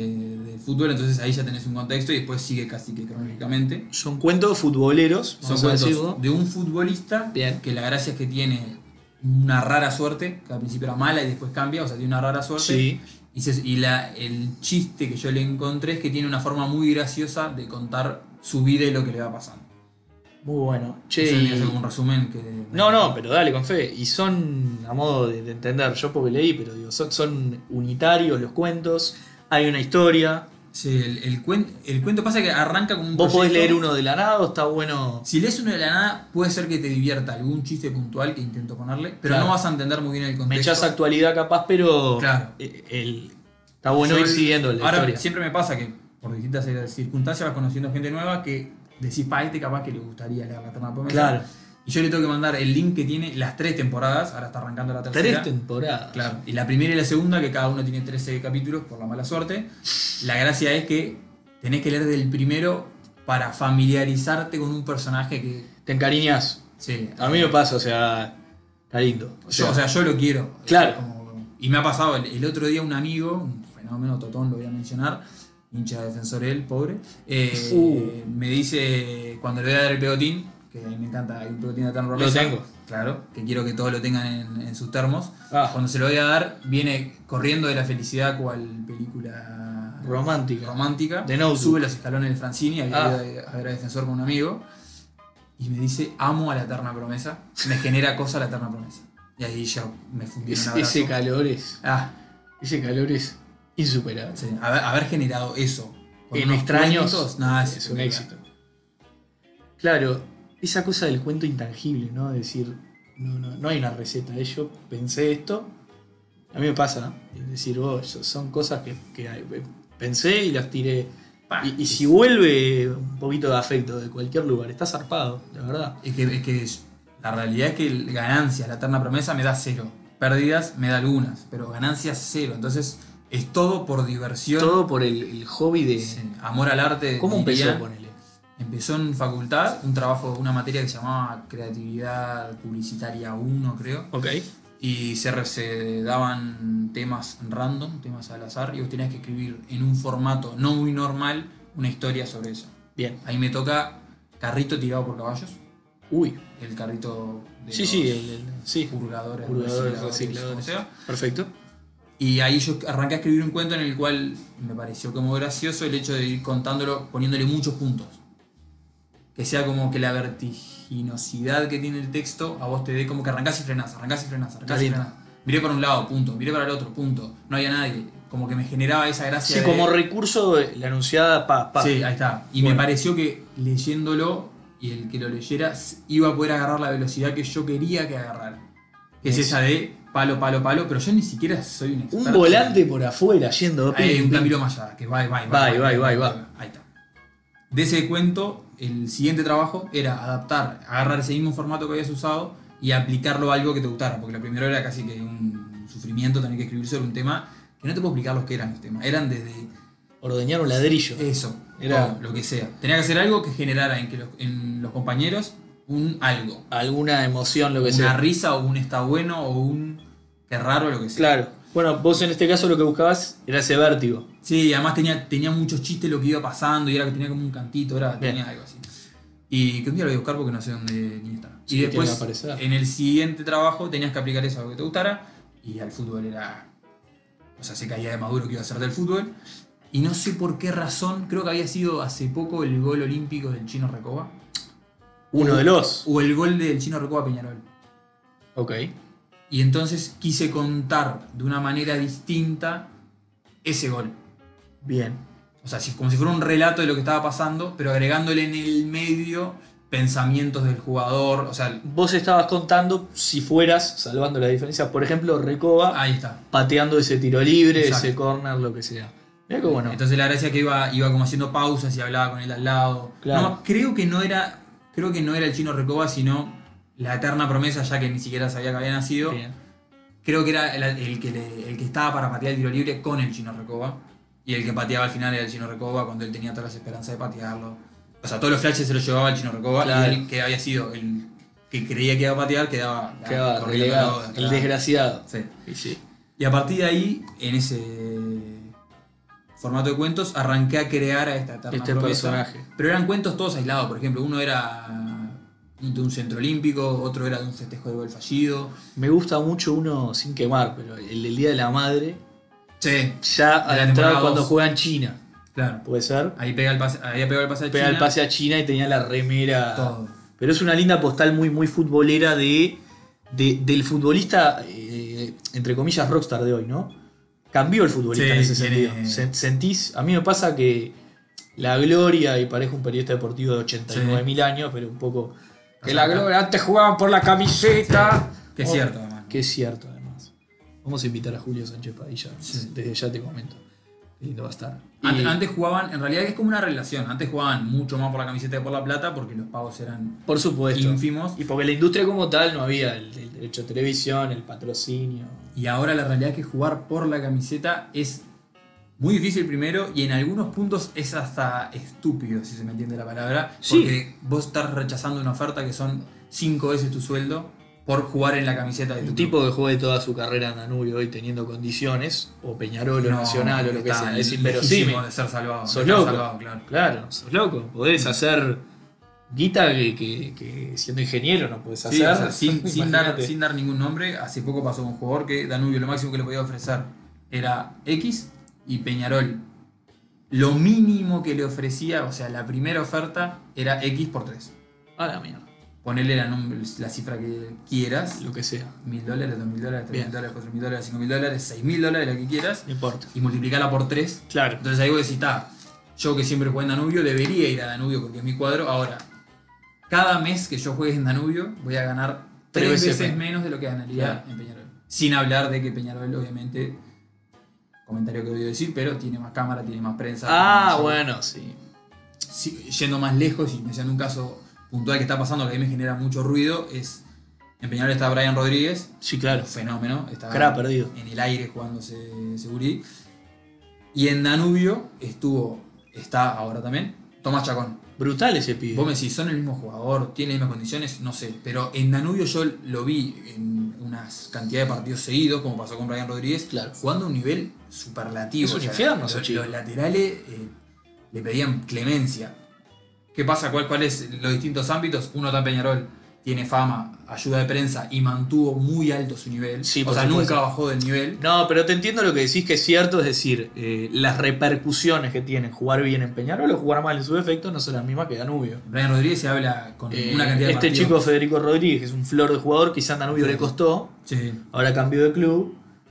de fútbol, entonces ahí ya tenés un contexto y después sigue casi que cronológicamente. Son cuentos futboleros, Son vamos a decirlo. cuentos de un futbolista Bien. que la gracia es que tiene una rara suerte, que al principio era mala y después cambia, o sea, tiene una rara suerte. Sí. El chiste que yo le encontré es que tiene una forma muy graciosa de contar su vida y lo que le va pasando. Muy bueno. Che, Ese y- es como un resumen que... No, pero dale, con fe. Y son, a modo de entender, yo porque leí, pero digo, son unitarios los cuentos, hay una historia. Sí, el cuento pasa que arranca con un Vos podés proyecto. leer uno de la nada, está bueno. Si lees uno de la nada, puede ser que te divierta algún chiste puntual que intento ponerle, pero Claro. no vas a entender muy bien el Me contexto. echás actualidad capaz, pero Claro. está bueno Yo ir siguiendo la ahora historia. siempre me pasa que por distintas circunstancias vas conociendo gente nueva que decís, este capaz que le gustaría leer la Eterna Promesa. Claro. Y yo le tengo que mandar el link que tiene las 3 temporadas, ahora está arrancando la tercera. 3 temporadas. Claro. Y la primera y la segunda, que cada uno tiene 13 capítulos por la mala suerte. La gracia es que tenés que leer del primero para familiarizarte con un personaje que... Te encariñás. Sí, A mí me pasa, o sea, está lindo. yo lo quiero. Claro. Y me ha pasado el otro día un amigo, un fenómeno, Totón lo voy a mencionar, hincha de Defensor él, pobre, me dice, cuando le voy a dar el pegotín, que a mí me encanta, hay un pegotín de Eterna Promesa. Lo tengo. Claro, que quiero que todos lo tengan en sus termos. Ah. Cuando se lo voy a dar, viene corriendo de la felicidad cual película Romántica. De De Notebook. Sube los escalones del Francini, había Ah. ido a ver a Defensor con un amigo. Y me dice, amo a la Eterna Promesa. Me genera cosa la Eterna Promesa. Y ahí yo me fundí en un abrazo. Ese calor es. Ah, Ese calor es insuperable. sí, haber generado eso. con En unos extraños cuentos, nada, es un éxito. Claro, esa cosa del cuento intangible, ¿no? Es decir, no hay una receta. Yo pensé esto, a mí me pasa, es decir, son cosas que pensé y las tiré. Pa, Y si vuelve un poquito de afecto de cualquier lugar, está zarpado, la verdad. Es que la realidad es que ganancias, la Eterna Promesa me da 0. Pérdidas me da algunas, pero ganancias 0. Entonces es todo por diversión. Todo por el hobby de. Sí, amor al arte. ¿Cómo diría. empezó? Ponele. Empezó en facultad, un trabajo, una materia que se llamaba Creatividad Publicitaria 1, creo. Ok. y se daban temas random, temas al azar, y vos tenías que escribir en un formato no muy normal una historia sobre eso. Bien. Ahí me toca carrito tirado por caballos, Uy. el carrito de Sí, los sí, purgadores, Purgadores, como recicladores. sea. Perfecto. Y ahí yo arranqué a escribir un cuento en el cual me pareció como gracioso el hecho de ir contándolo, poniéndole muchos puntos. Que sea como que la vertiginosidad que tiene el texto a vos te dé como que arrancás y frenás, arrancás y frenás, arrancás y Está frenás. Miré para un lado, punto. Miré para el otro, punto. No había nadie. Como que me generaba esa gracia. Sí, como recurso, la anunciada pa. Sí, ahí está. Y Bueno. me pareció que leyéndolo y el que lo leyera iba a poder agarrar la velocidad que yo quería que agarrara. Que es esa de palo, palo, palo, pero yo ni siquiera soy un experto. Un volante por afuera yendo. Hay un pim, Camilo más allá, que va. Va. Ahí está. De ese cuento, el siguiente trabajo era adaptar, agarrar ese mismo formato que habías usado y aplicarlo a algo que te gustara, porque lo primero era casi que un sufrimiento tener que escribir sobre un tema que no te puedo explicar los que eran los temas. Eran desde ordeñar un ladrillo. eso, Era todo, lo que sea. Tenía que hacer algo que generara en los compañeros un algo. alguna emoción, lo que Una sea. risa o un está bueno o un qué raro, lo que sea. Claro. Bueno, vos en este caso lo que buscabas era ese vértigo. Sí, además tenía muchos chistes lo que iba pasando y era que tenía como un cantito, tenía algo así. Y que un día lo voy a buscar porque no sé dónde ni está. Sí, y después, tiene que aparecer. en el siguiente trabajo tenías que aplicar eso a lo que te gustara y al fútbol era... O sea, se caía de Maduro que iba a ser del fútbol. Y no sé por qué razón, creo que había sido hace poco el gol olímpico del Chino Recoba. Uno de los. O el gol del Chino Recoba a Peñarol. Ok. Y entonces quise contar de una manera distinta ese gol. Bien. O sea, como si fuera un relato de lo que estaba pasando, pero agregándole en el medio pensamientos del jugador. O sea, Vos estabas contando si fueras, salvando la diferencia, por ejemplo, Recoba ahí está. pateando ese tiro libre, Exacto. ese corner, lo que sea. Mirá que bueno. Entonces la gracia que iba como haciendo pausas y hablaba con él al lado. Claro. No, creo que no era el Chino Recoba, sino la eterna promesa, ya que ni siquiera sabía que había nacido. Bien. Creo que era el que estaba para patear el tiro libre con el Chino Recoba. Y el que pateaba al final era el Chino Recoba cuando él tenía todas las esperanzas de patearlo. O sea, todos los flashes se los llevaba el Chino Recoba. Claro. Y él, que había sido el que creía que iba a patear, quedaba Quedaba corriendo relegado. atrás. El desgraciado. Sí. Y sí. Y a partir de ahí, en ese formato de cuentos, arranqué a crear a esta eterna Este promesa. personaje. Pero eran cuentos todos aislados. Por ejemplo, uno era de un centro olímpico, otro era de un festejo de gol fallido. Me gusta mucho uno sin quemar, pero el del Día de la Madre, Sí, ya De a la la entrada temporada cuando 2. juega en China. claro. Puede ser. Ahí pega el pase, había pegado el pase a Pega China. el pase a China y tenía la remera. Todo. Pero es una linda postal muy, muy futbolera del futbolista, entre comillas, rockstar de hoy, ¿no? Cambió el futbolista Sí, en ese sentido. tiene- Sentís, a mí me pasa que la gloria, y parezco un periodista deportivo de 89.000 años, pero un poco... Que la gloria, antes jugaban por la camiseta. Que es cierto, además. Que es cierto, además. Vamos a invitar a Julio Sánchez Padilla. Sí. Desde ya te comento. Qué lindo va a estar. Antes, Y, antes jugaban, en realidad es como una relación. Antes jugaban mucho más por la camiseta que por la plata porque los pagos eran por supuesto. ínfimos. Y porque la industria como tal no había el derecho a televisión, el patrocinio. Y ahora la realidad es que jugar por la camiseta es muy difícil primero y en algunos puntos es hasta estúpido, si se me entiende la palabra. Sí. Porque vos estás rechazando una oferta que son 5 veces tu sueldo por jugar en la camiseta de tu Un club. tipo que juegue toda su carrera en Danubio hoy teniendo condiciones, o Peñarol o No, Nacional o lo que está sea, es lejísimo inverosímil. de ser salvado. Sos de estar loco. salvado, claro. Claro, sos loco. Podés hacer guita que siendo ingeniero no podés Sí, hacer. o sea, sin Imagínate. dar ningún nombre, hace poco pasó un jugador que Danubio lo máximo que le podía ofrecer era X y Peñarol lo mínimo que le ofrecía, o sea, la primera oferta era X por 3. A la mierda. Ponerle la cifra que quieras, Lo que sea. $1.000, $2.000, Bien. $3.000, $4.000, $5.000, $6.000, la que quieras, No importa. y multiplicarla por 3. Claro. Entonces ahí vos decís, yo que siempre jugué en Danubio, debería ir a Danubio porque es mi cuadro. Ahora, cada mes que yo juegue en Danubio, voy a ganar 3 veces menos de lo que ganaría Claro. en Peñarol. Sin hablar de que Peñarol, obviamente, comentario que voy a decir, pero tiene más cámara, tiene más prensa. Ah, tiene bueno, sí. yendo más lejos y mencionando un caso puntual que está pasando que a mí me genera mucho ruido, es en Peñarol está Brian Rodríguez, Sí, claro. un fenómeno, está Cra perdido. en el aire jugándose segurí. Y en Danubio está ahora también Tomás Chacón. Brutal ese pibe. Vos me decís, son el mismo jugador, tiene las mismas condiciones, no sé. Pero en Danubio yo lo vi en unas cantidad de partidos seguidos, como pasó con Brian Rodríguez, Claro. jugando a un nivel superlativo. Es un infierno ese chico. Los laterales le pedían clemencia. ¿Qué pasa? ¿Cuál es los distintos ámbitos? Uno está en Peñarol, tiene fama, ayuda de prensa y mantuvo muy alto su nivel. Sí, o por sea, supuesto. nunca bajó del nivel. No, pero te entiendo lo que decís que es cierto, es decir, las repercusiones que tienen jugar bien en Peñarol o jugar mal en su defecto no son las mismas que Danubio. Brian Rodríguez se habla con una cantidad de Este partidos. chico Federico Rodríguez, que es un flor de jugador, quizá a Danubio le costó, Sí. ahora cambió de club,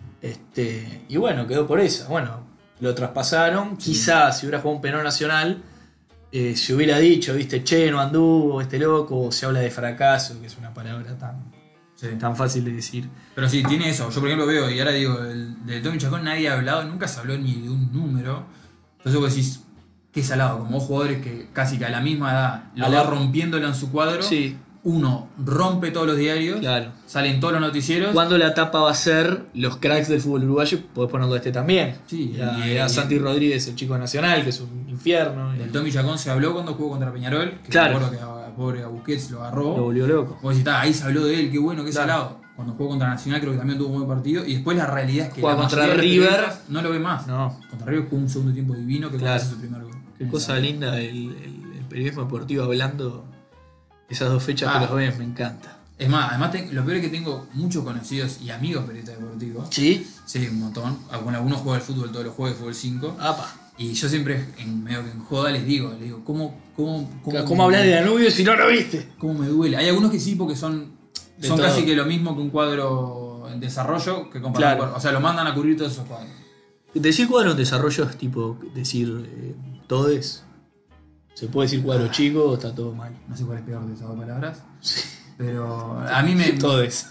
y bueno, quedó por esa. Bueno, lo traspasaron, quizás si hubiera jugado un penal nacional, se hubiera dicho, viste, che, no anduvo, este loco, o se habla de fracaso, que es una palabra tan fácil de decir. Pero sí, tiene eso. Yo, por ejemplo, veo, y ahora digo, del Tommy Chacón nadie ha hablado, nunca se habló ni de un número. Entonces vos decís, qué salado, como dos jugadores que casi que a la misma edad lo va rompiéndolo en su cuadro. Sí, Uno rompe todos los diarios, claro. salen todos los noticieros. Cuando la tapa va a ser los cracks del fútbol uruguayo, podés ponerlo a este también. Sí, y a Santi Rodríguez, el chico nacional, que es un infierno. Del Tommy Chacón se habló cuando jugó contra Peñarol, que Claro. me acuerdo que a pobre a Busquets lo agarró. Lo volvió loco. Vos decís, ahí se habló de él, qué bueno, qué Claro. salado. Cuando jugó contra Nacional creo que también tuvo un buen partido. Y después la realidad es que Juega la contra mayoría de los River. periodistas no lo ve más. No, Contra River jugó un segundo tiempo divino que Claro. hace su primer gol. qué cosa linda el periodismo deportivo hablando esas dos fechas que Ah. los ven, me encanta. Es más, además lo peor es que tengo muchos conocidos y amigos periodistas deportivos. ¿Sí? Sí, un montón. Algunos juegan al fútbol todos los jueves de fútbol 5. Apa. Y yo siempre, en medio que en joda, les digo, ¿Cómo hablas de Danubio si no lo viste? ¿Cómo me duele? Hay algunos que sí, porque son De son todo. casi que lo mismo que un cuadro en desarrollo que comparar Claro. un cuadro. O sea, lo mandan a cubrir todos esos cuadros. Decir cuadro en desarrollo es tipo decir todes. ¿Se puede decir cuadro chico o está todo mal? No sé cuál es peor de esas dos palabras. Pero a mí me, Todes.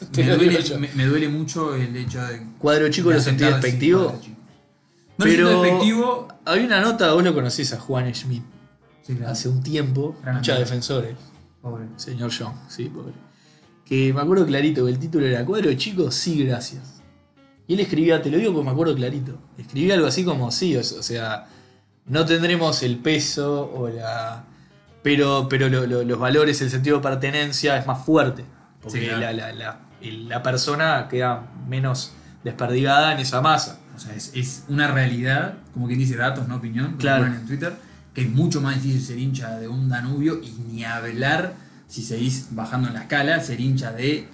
me duele mucho el hecho de. Cuadro chico de lo sentí aceptar decir despectivo. cuadro chico. No lo siento despectivo. Hay una nota, vos lo conocés a Juan Schmidt. Sí, claro. Hace un tiempo, Gran mucha amigo. defensores. Pobre. Señor John, sí, pobre. Que me acuerdo clarito que el título era Cuadro chico, sí, gracias. Y él escribía, te lo digo porque me acuerdo clarito. Escribía algo así como sí, o sea, no tendremos el peso o la. Pero los valores, el sentido de pertenencia es más fuerte. Porque Sí, claro. la persona queda menos desperdigada en esa masa. O sea, es una realidad, como quien dice datos, no opinión, como Claro. ponen en Twitter, que es mucho más difícil ser hincha de un Danubio y ni hablar si seguís bajando en la escala, ser hincha de,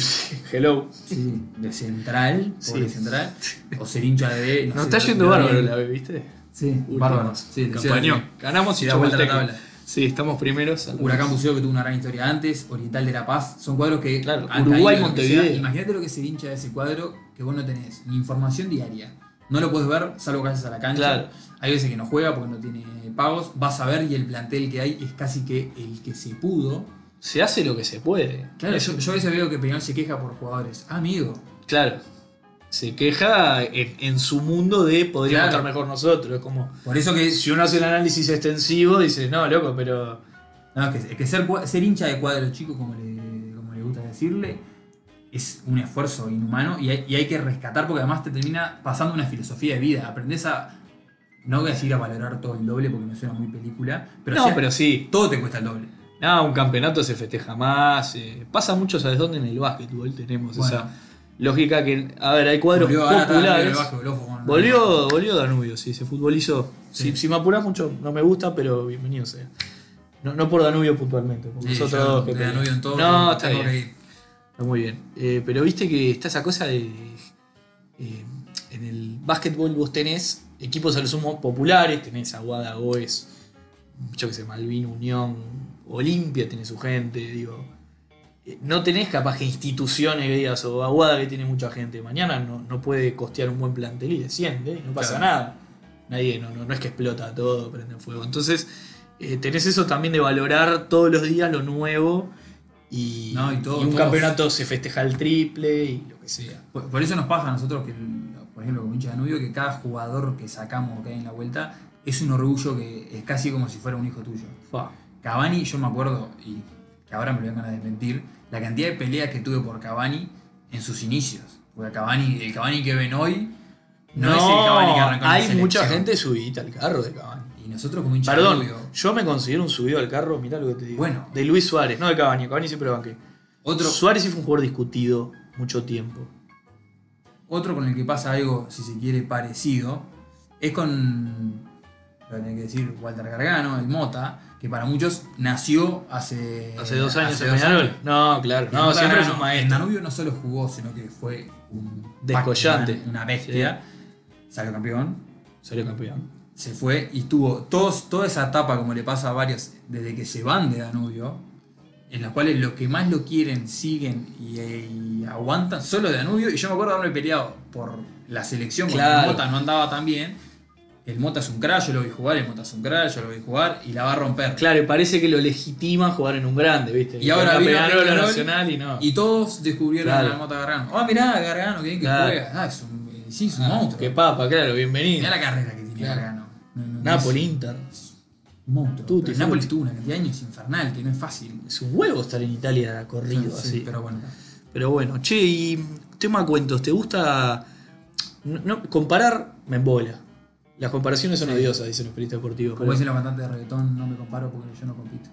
Hello. sí, de Central, Sí. pobre Central, o ser hincha de. Nos sé, está yendo de- bárbaro la vez, ¿viste? Sí, Últimos. bárbaro. Sí, Campañón. Ganamos y da vuelta a la Chapultepec. tabla. Sí, estamos primeros. Huracán Buceo, que tuvo una gran historia antes, Oriental de La Paz, son cuadros que Claro, han Uruguay, caído, lo que sea. Montevideo. Imagínate lo que es ser hincha de ese cuadro, que vos no tenés ni información diaria. No lo puedes ver, salvo que haces a la cancha. Claro. Hay veces que no juega porque no tiene pagos. Vas a ver y el plantel que hay es casi que el que se pudo. Se hace lo que se puede. Claro, Eso- yo a veces veo que Peñarol se queja por jugadores. Ah, amigo. Claro. Se queja en su mundo de podríamos Claro. estar mejor nosotros. Es como. Por eso que. Si uno hace el análisis extensivo, dice, no, loco, pero. No, es que ser hincha de cuadro chico, como le gusta decirle, es un esfuerzo inhumano y hay que rescatar porque además te termina pasando una filosofía de vida. Aprendés a. No voy a decir a valorar todo el doble porque me suena muy película. Pero No, sí, pero sí. todo te cuesta el doble. No, un campeonato se festeja más. Pasa mucho, ¿sabes dónde? En el básquetbol tenemos Bueno. esa lógica que. A ver, hay cuadros Ahora está populares. el básquetbol, ojo con- Volvió Danubio, sí, se futbolizó. Sí. Si me apuras mucho, no me gusta, pero bienvenido sea. No por Danubio puntualmente, por Sí, nosotros yo dos que de peleamos. Danubio en todo, No, está tengo bien. que ir. Está muy bien. Pero viste que está esa cosa de. En el básquetbol vos tenés equipos a lo sumo populares, tenés Aguada, Goes, yo que sé, Malvin, Unión, Olimpia tiene su gente, digo. No tenés capaz que instituciones que digas, o Aguada que tiene mucha gente, mañana no puede costear un buen plantel y desciende, y no pasa Claro. nada. Nadie, no es que explota todo, prende fuego. Entonces, tenés eso también de valorar todos los días lo nuevo y, No, y todo- y un todos. campeonato se festeja el triple y lo que sea. Por eso nos pasa a nosotros que, por ejemplo, como hincha de Danubio, que cada jugador que sacamos o que hay en la vuelta es un orgullo que es casi como si fuera un hijo tuyo. Fa. Cavani, yo me acuerdo, y que ahora me lo vengan a desmentir, la cantidad de peleas que tuve por Cavani en sus inicios. Porque el Cavani que ven hoy no es el Cavani que arrancó en la hay mucha selección. gente subida al carro de Cavani. Y nosotros como hinchas Perdón, Danubio, yo me considero un subido al carro, mirá lo que te digo. Bueno. De Luis Suárez, no de Cavani. Cavani siempre lo banqué. Suárez sí fue un jugador discutido mucho tiempo. Otro con el que pasa algo, si se quiere, parecido, es con, lo que tiene que decir Walter Gargano, el Mota, que para muchos nació hace 2 años hace en 2 Peñarol. años. No, claro. Y No, Mota siempre es Gargano un maestro. En Danubio no solo jugó, sino que fue un Descollante. Pac-Man, una bestia. Salió campeón. Salió campeón. Se fue y tuvo toda esa etapa, como le pasa a varios, desde que se van de Danubio, en las cuales los que más lo quieren siguen y aguantan solo de Danubio. Y yo me acuerdo de haberme peleado por la selección cuando Claro. el Mota no andaba tan bien. El Mota es un crack, yo lo vi jugar, el Mota es un crack, yo lo vi jugar y la va a romper. Claro, y parece que lo legitima jugar en un grande, ¿viste? Y ahora Que vino Peñarol a Peñarol Nacional y no. Y todos descubrieron Claro. al Mota Gargano. Ah, mirá, Gargano, que bien que Claro. juega. Ah, es un monstruo. Qué papa, claro, bienvenido. Mirá la carrera que tiene Claro. Gargano. No, Napoli, es Inter. un monstruo. Tutti, Pero el Napoli frutti. tuvo una cantidad de años infernal, que no es fácil. Es un huevo estar en Italia corrido Sí, así. pero bueno. Pero bueno, che, y tema cuentos, ¿te gusta comparar? Me embola. Las comparaciones son Sí. odiosas, dicen los periodistas deportivos. Como pero dicen los cantantes de reggaetón, no me comparo porque yo no compito.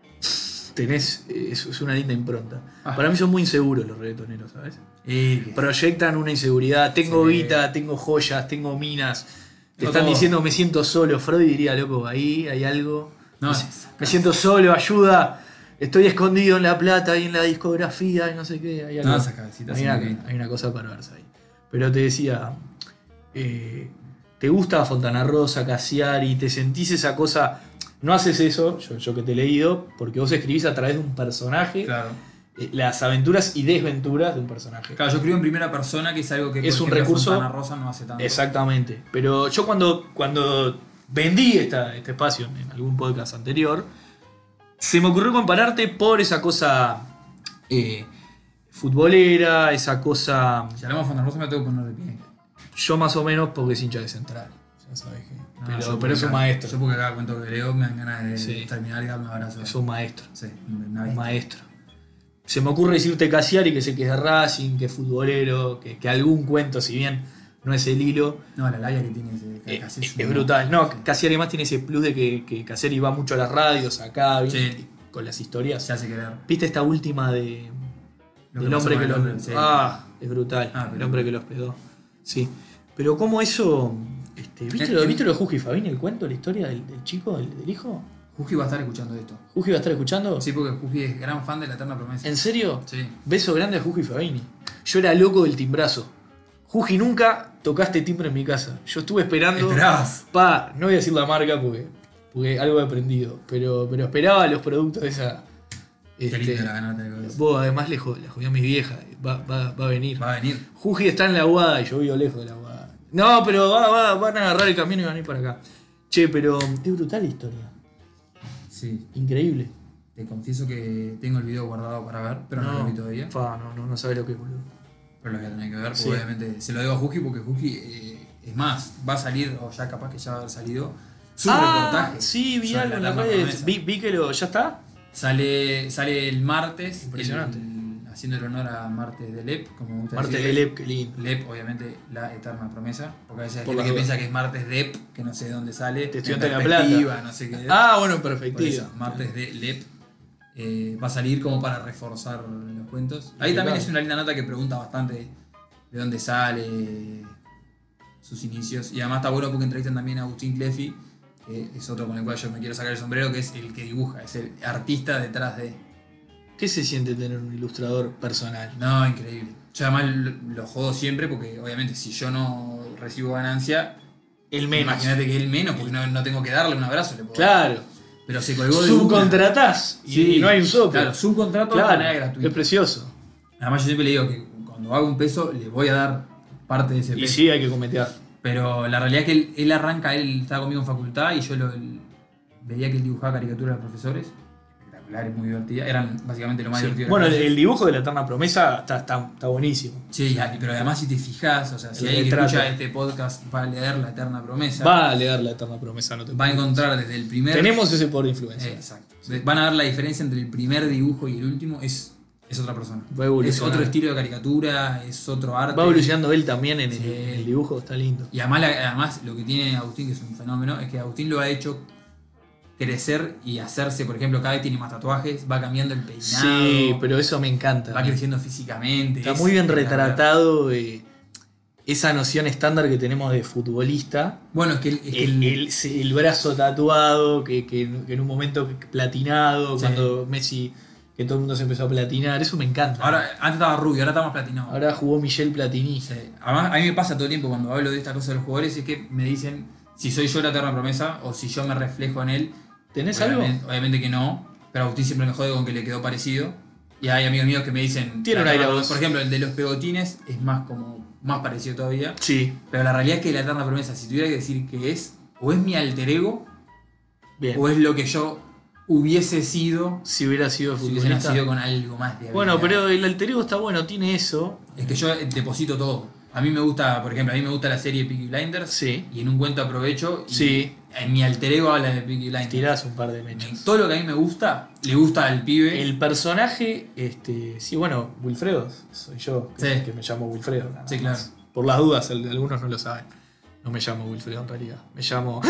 es una linda impronta. Ah. Para mí son muy inseguros los reggaetoneros, ¿sabes? Que- Proyectan una inseguridad. Tengo Sí. guita, tengo joyas, tengo minas. Te No, están todo. diciendo me siento solo. Freud diría, loco, ahí hay algo. No, Me siento solo, ayuda. Estoy escondido en La Plata y en la discografía y no sé qué. Hay, algo. No, esas cabecitas hay, son una, divinas. hay una cosa perversa ahí. Pero te decía, ¿te gusta Fontana Rosa, Cassiari? ¿Te sentís esa cosa? No haces eso, yo que te he leído, porque vos escribís a través de un personaje, Claro. las aventuras y desventuras de un personaje. Claro, yo escribo en primera persona, que es algo que Es por un ejemplo, recurso- Fontana Rosa no hace tanto. Exactamente. Pero yo cuando vendí este espacio en algún podcast anterior, se me ocurrió compararte por esa cosa futbolera, esa cosa. Si hablamos de Fontana Rosa me tengo que poner de pie. Yo más o menos porque es hincha de Central. Ya sabes que. No, pero yo pero es porque un acá- maestro. Yo porque acá cuento que leo me dan ganas de Sí. terminar y darme un abrazo. Es un maestro. Sí, una Un bestia. maestro. Se me ocurre decirte Cassiari, que sé que es de Racing, que es futbolero, que algún cuento, si bien no es el hilo, No, la labia que tiene ese es brutal. No, Cassiari además tiene ese plus de que Cassiari va mucho a las radios acá, ¿viste? Sí. Con las historias. Se hace querer. ¿Viste esta última de Lo que del pasó hombre con que el los hombre, sí. es brutal. Ah, el pero- hombre que los pegó. Sí. Pero cómo eso. ¿Viste lo de Juji Fabini, el cuento, la historia del chico, del hijo? Juji va a estar escuchando esto. ¿Juji va a estar escuchando? Sí, porque Juji es gran fan de La Eterna Promesa. ¿En serio? Sí. Beso grande a Juji Fabini. Yo era loco del timbrazo. Juji, nunca tocaste timbre en mi casa. Yo estuve esperando. Esperabas. No voy a decir la marca porque algo he aprendido. Pero esperaba los productos de esa. Qué linda la ganata de cabeza. Vos además la jodí a mi vieja. Va a venir. Va a venir. Juji está en la Aguada y yo vivo lejos de la Aguada. No, pero van a agarrar el camino y van a ir para acá. Che, pero es brutal la historia. Sí. Increíble. Te confieso que tengo el video guardado para ver, pero no lo vi todavía. No sabes lo que es, boludo. Pero lo voy a tener que ver, porque Sí. obviamente se lo debo a Juji, porque Juji, es más, va a salir, o ya capaz que ya va a haber salido, su reportaje. Sí, vi sobre algo en La las Eterna redes. Promesa. Vi que ¿ya está? Sale el martes. Impresionante. Haciendo el honor a Martes de Lep, como me gusta Martes decirle. de Lep, qué lindo. Lep, obviamente, La Eterna Promesa. Porque a veces hay Por gente las que dudas. piensa que es Martes de Ep, que no sé de dónde sale. De en Estudiante de La perspectiva, Plata. no sé qué. Bueno, Por perfectivo. eso, Martes de Lep. Va a salir como para reforzar los cuentos. Ahí también Claro. es una linda nota que pregunta bastante de dónde sale, sus inicios. Y además está bueno porque entrevistan también a Agustín Clefi, que es otro con el cual yo me quiero sacar el sombrero, que es el que dibuja, es el artista detrás de. ¿Qué se siente tener un ilustrador personal? No, increíble. Yo además lo jodo siempre porque obviamente si yo no recibo ganancia, El menos. imagínate que él menos, porque no tengo que darle un abrazo. Le puedo dar. Claro. Pero se colgó de una. Subcontratás y no hay un soco. Claro, subcontrato de manera Claro, gratuita. es precioso. Además yo siempre le digo que cuando haga un peso le voy a dar parte de ese Y peso. sí, hay que cometear. Pero la realidad es que él arranca, él estaba conmigo en facultad y yo veía que él dibujaba caricaturas de los profesores. Espectaculares, muy divertidas. Eran básicamente lo más Sí. divertido. de Bueno, la clase. el dibujo de la Eterna Promesa está buenísimo. Sí, pero además si te fijas, o sea, si El alguien que retrato. escucha este podcast va a leer La Eterna Promesa, Va a leer la Eterna Promesa, no te va a preocupes. encontrar desde el primer... Tenemos ese poder de influencia. Exacto. Van a ver la diferencia entre el primer dibujo y el último, es es otra persona. Va Es evolucionando. otro estilo de caricatura, es otro arte. Va evolucionando él también en Sí. el dibujo, está lindo. Y además lo que tiene Agustín, que es un fenómeno, es que Agustín lo ha hecho crecer y hacerse, por ejemplo, cada vez tiene más tatuajes, va cambiando el peinado, Sí, pero eso me encanta. va creciendo físicamente. Está es muy bien espectacular. retratado esa noción estándar que tenemos de futbolista. Bueno, es que El brazo tatuado, que en un momento platinado, Sí. cuando Messi, que todo el mundo se empezó a platinar, eso me encanta. ahora, antes estaba rubio, ahora está más platinado. Ahora jugó Michel Platini. Sí. Además, a mí me pasa todo el tiempo cuando hablo de esta cosa de los jugadores, es que me dicen si soy yo la eterna promesa o si yo me reflejo en él. ¿Tenés algo? Obviamente que no, pero Agustín siempre me jode con que le quedó parecido. Y hay amigos míos que me dicen. Tiene un aire a vos. Por ejemplo, el de los pegotines es más parecido todavía. Sí, Pero la realidad es que la eterna promesa, si tuviera que decir que es, o es mi alter ego, bien. o es lo que yo hubiese sido Si hubiera sido si hubiese futbolista. nacido con algo más de Bueno, habilidad. pero el alter ego está bueno, tiene eso. Es que yo deposito todo. A mí me gusta, por ejemplo, a mí me gusta la serie Peaky Blinders. Sí. Y en un cuento aprovecho y Sí. en mi alter ego habla de Peaky Blinders. Tirás un par de mechas. Todo lo que a mí me gusta, le gusta al pibe. El personaje, sí, bueno, Wilfredo, soy yo, Sí. que me llamo Wilfredo. nada Sí, más. claro. Por las dudas, algunos no lo saben. No me llamo Wilfredo en realidad. Me llamo.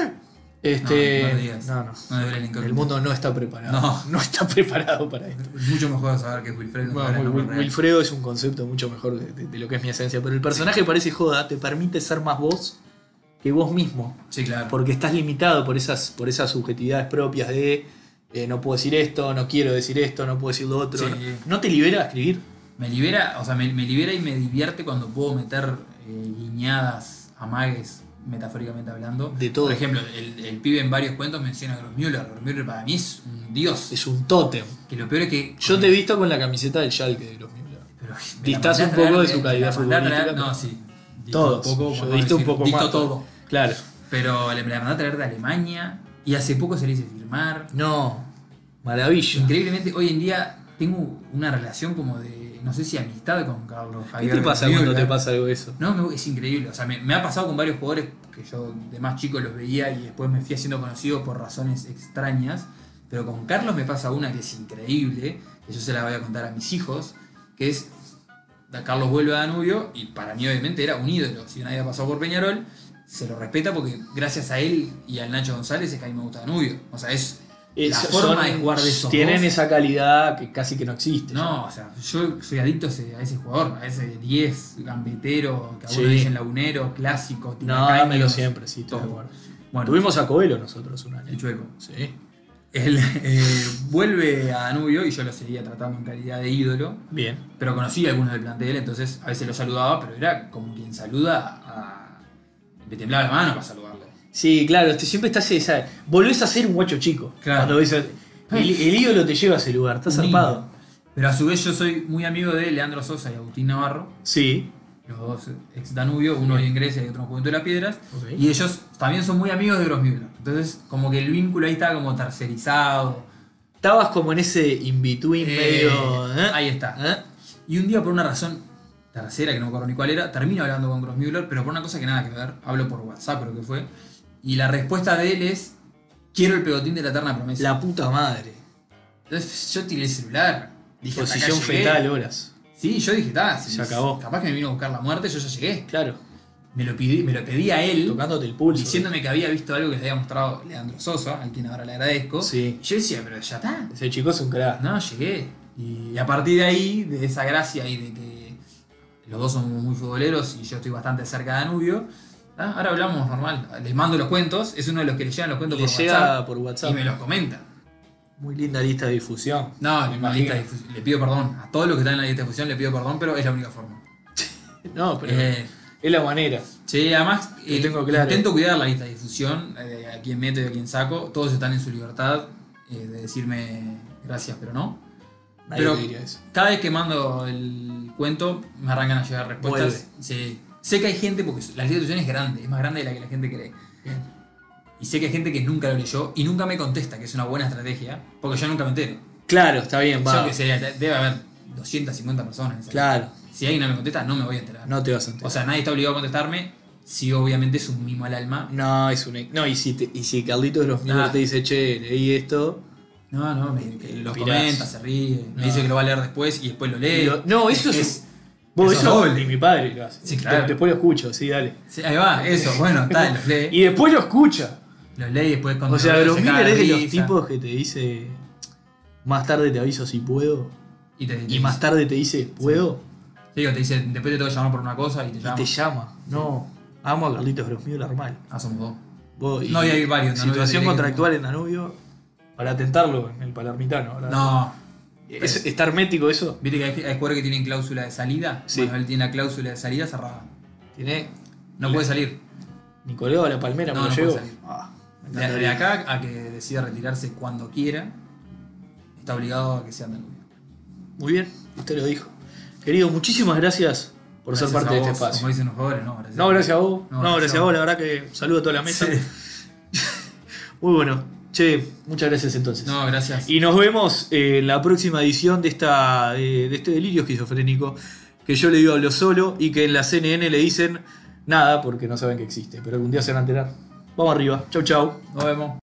No lo digas. No. No debería incógnito. El mundo no está preparado. No. No está preparado para esto. Es mucho mejor saber que es Wilfredo. Bueno, saber el nombre real. Wilfredo es un concepto mucho mejor de lo que es mi esencia. Pero el personaje parece joda, te permite ser más vos que vos mismo. Sí, claro. Porque estás limitado por esas subjetividades propias de no puedo decir esto, no quiero decir esto, no puedo decir lo otro. Sí. No te libera a escribir. Me libera, o sea, me libera y me divierte cuando puedo meter guiñadas, amagues, metafóricamente hablando. De todo. Por ejemplo, el pibe en varios cuentos menciona a Grossmüller. Grossmüller para mí es un dios. Es un tótem. Que lo peor es que. Yo te he visto con la camiseta del Schalke de los Müller. Pero me Distás la un mandé a poco de traer, su calidad me la mandé a traer, futbolística, No, pero- sí. Disto Todos. un poco, Yo por no diste un decir, poco disto más. todo. Claro. Pero me la mandé a traer de Alemania y hace poco se le hice firmar. No. Maravilla. Increíblemente, hoy en día tengo una relación como de, no sé si amistad con Carlos ¿Qué Javier. te pasa Müller. cuando te pasa algo de eso? No, es increíble. O sea, me ha pasado con varios jugadores que yo de más chico los veía y después me fui haciendo conocido por razones extrañas. Pero con Carlos me pasa una que es increíble, que yo se la voy a contar a mis hijos, que es, Carlos vuelve a Danubio y para mí obviamente era un ídolo. Si nadie ha pasado por Peñarol, se lo respeta porque gracias a él y al Nacho González es que a mí me gusta Danubio. O sea, es la forma de jugar de esos Tienen dos. esa calidad que casi que no existe. No, o sea, yo soy adicto a ese jugador, a ese 10 gambetero, que algunos Sí. dicen lagunero, clásico, No, tiracaños, dámelo siempre, sí, estoy de todo. acuerdo. Bueno, Tuvimos a Coelho nosotros un año. el chueco. Sí. Él vuelve a Danubio y yo lo seguía tratando en calidad de ídolo, Bien. pero conocí a algunos del plantel, entonces a veces lo saludaba, pero era como quien saluda a... Me temblaba la mano para saludarlo. Sí, claro, siempre estás esa. Volvés a ser un guacho chico. Claro. Cuando ves el ídolo te lleva a ese lugar, estás Un zarpado. niño. Pero a su vez yo soy muy amigo de Leandro Sosa y Agustín Navarro, Sí. los dos ex Danubio, uno Bien. en Grecia y otro en Juventud de las Piedras. Ok. Y ellos también son muy amigos de Grossmüller. Entonces, como que el vínculo ahí está como tercerizado. Estabas como en ese in-between medio. Ahí está. ¿Eh? Y un día, por una razón tercera, que no me acuerdo ni cuál era, termino hablando con Grossmüller, pero por una cosa que nada que ver. Hablo por WhatsApp, creo que fue. Y la respuesta de él es: quiero el pegotín de la eterna promesa. La puta madre. Entonces yo tiré el celular. Dije, hasta acá Posición llegué. fetal, horas. Sí, yo dije, Se acabó. Capaz que me vino a buscar la muerte, yo ya llegué. Claro. Me lo pedí a él. Tocándote el pulso. Diciéndome que había visto algo que le había mostrado Leandro Sosa, a quien ahora le agradezco. Sí. Y yo decía, pero ya está. Ese chico es un crack. No, llegué. Y a partir de ahí, de esa gracia y de que los dos somos muy futboleros y yo estoy bastante cerca de Danubio, ahora hablamos normal. Les mando los cuentos, es uno de los que le llegan los cuentos Le por llega WhatsApp, por WhatsApp. y me los comenta. Muy linda lista de difusión. No, Me en la imagino. lista de difusión, le pido perdón. A todos los que están en la lista de difusión le pido perdón, pero es la única forma. No, pero Eh, es la manera. Sí, además Lo tengo claro. intento cuidar la lista de difusión, a quien meto y a quien saco. Todos están en su libertad de decirme gracias, pero no. Nadie Pero te diría eso. cada vez que mando el cuento me arrancan a llegar respuestas. Sí. Sé que hay gente, porque la lista de difusión es grande, es más grande de la que la gente cree. Bien. Y sé que hay gente que nunca lo leyó y nunca me contesta, que es una buena estrategia, porque yo nunca me entero. Claro, está bien, va. Yo que sé, debe haber 250 personas en esa Claro, lista. Si alguien no me contesta, no me voy a enterar. no te vas a enterar. O sea, nadie está obligado a contestarme, si obviamente es un mimo al alma. No, es un. No, y si Carlitos de los Müller Ah. te dice, che, leí esto, No, los Pirás. comenta, se ríe, No. me dice que lo va a leer después y después lo lee. No, eso es. Vos, eso es eso doble. y mi padre lo hace. Sí, claro. Después lo escucho, sí, dale. Sí, ahí va, eso, bueno, está, los lee. Y después lo escucha. Los lee y después cuando O sea, lo lee Gross se caga Miller es de los risa. tipos que te dice. Más tarde te aviso si puedo. Y Más tarde te dice puedo. te dice, después te tengo que llamar por una cosa y te Y llama. te llama. No. Amo a Carlitos Gross Miller normal. Somos dos. Vos, No, y hay varios, Danubio Situación tiene que- contractual en Danubio. Para tentarlo en el Palermitano. ¿Verdad? No. ¿Está hermético eso? ¿Viste que hay jugadores que tienen cláusula de salida? Sí. Bueno, él tiene la cláusula de salida cerrada. Tiene. No puede salir. Nicoleo de la Palmera No, me lo no llevo. puede salir. Me De encantaría. acá a que decida retirarse cuando quiera, está obligado a que sea Danubio. Muy bien, usted lo dijo. Querido, muchísimas gracias por ser Gracias parte a de este vos, espacio. Como dicen los jugadores, no, gracias. No, gracias a vos. No, No, gracias a vos. La verdad que saludo a toda la mesa. Sí. Muy bueno. Che, muchas gracias entonces. No, gracias. Y nos vemos en la próxima edición de este delirio esquizofrénico que yo le digo hablo solo y que en la CNN le dicen nada porque no saben que existe. Pero algún día se van a enterar. Vamos arriba. Chau, chau. Nos vemos.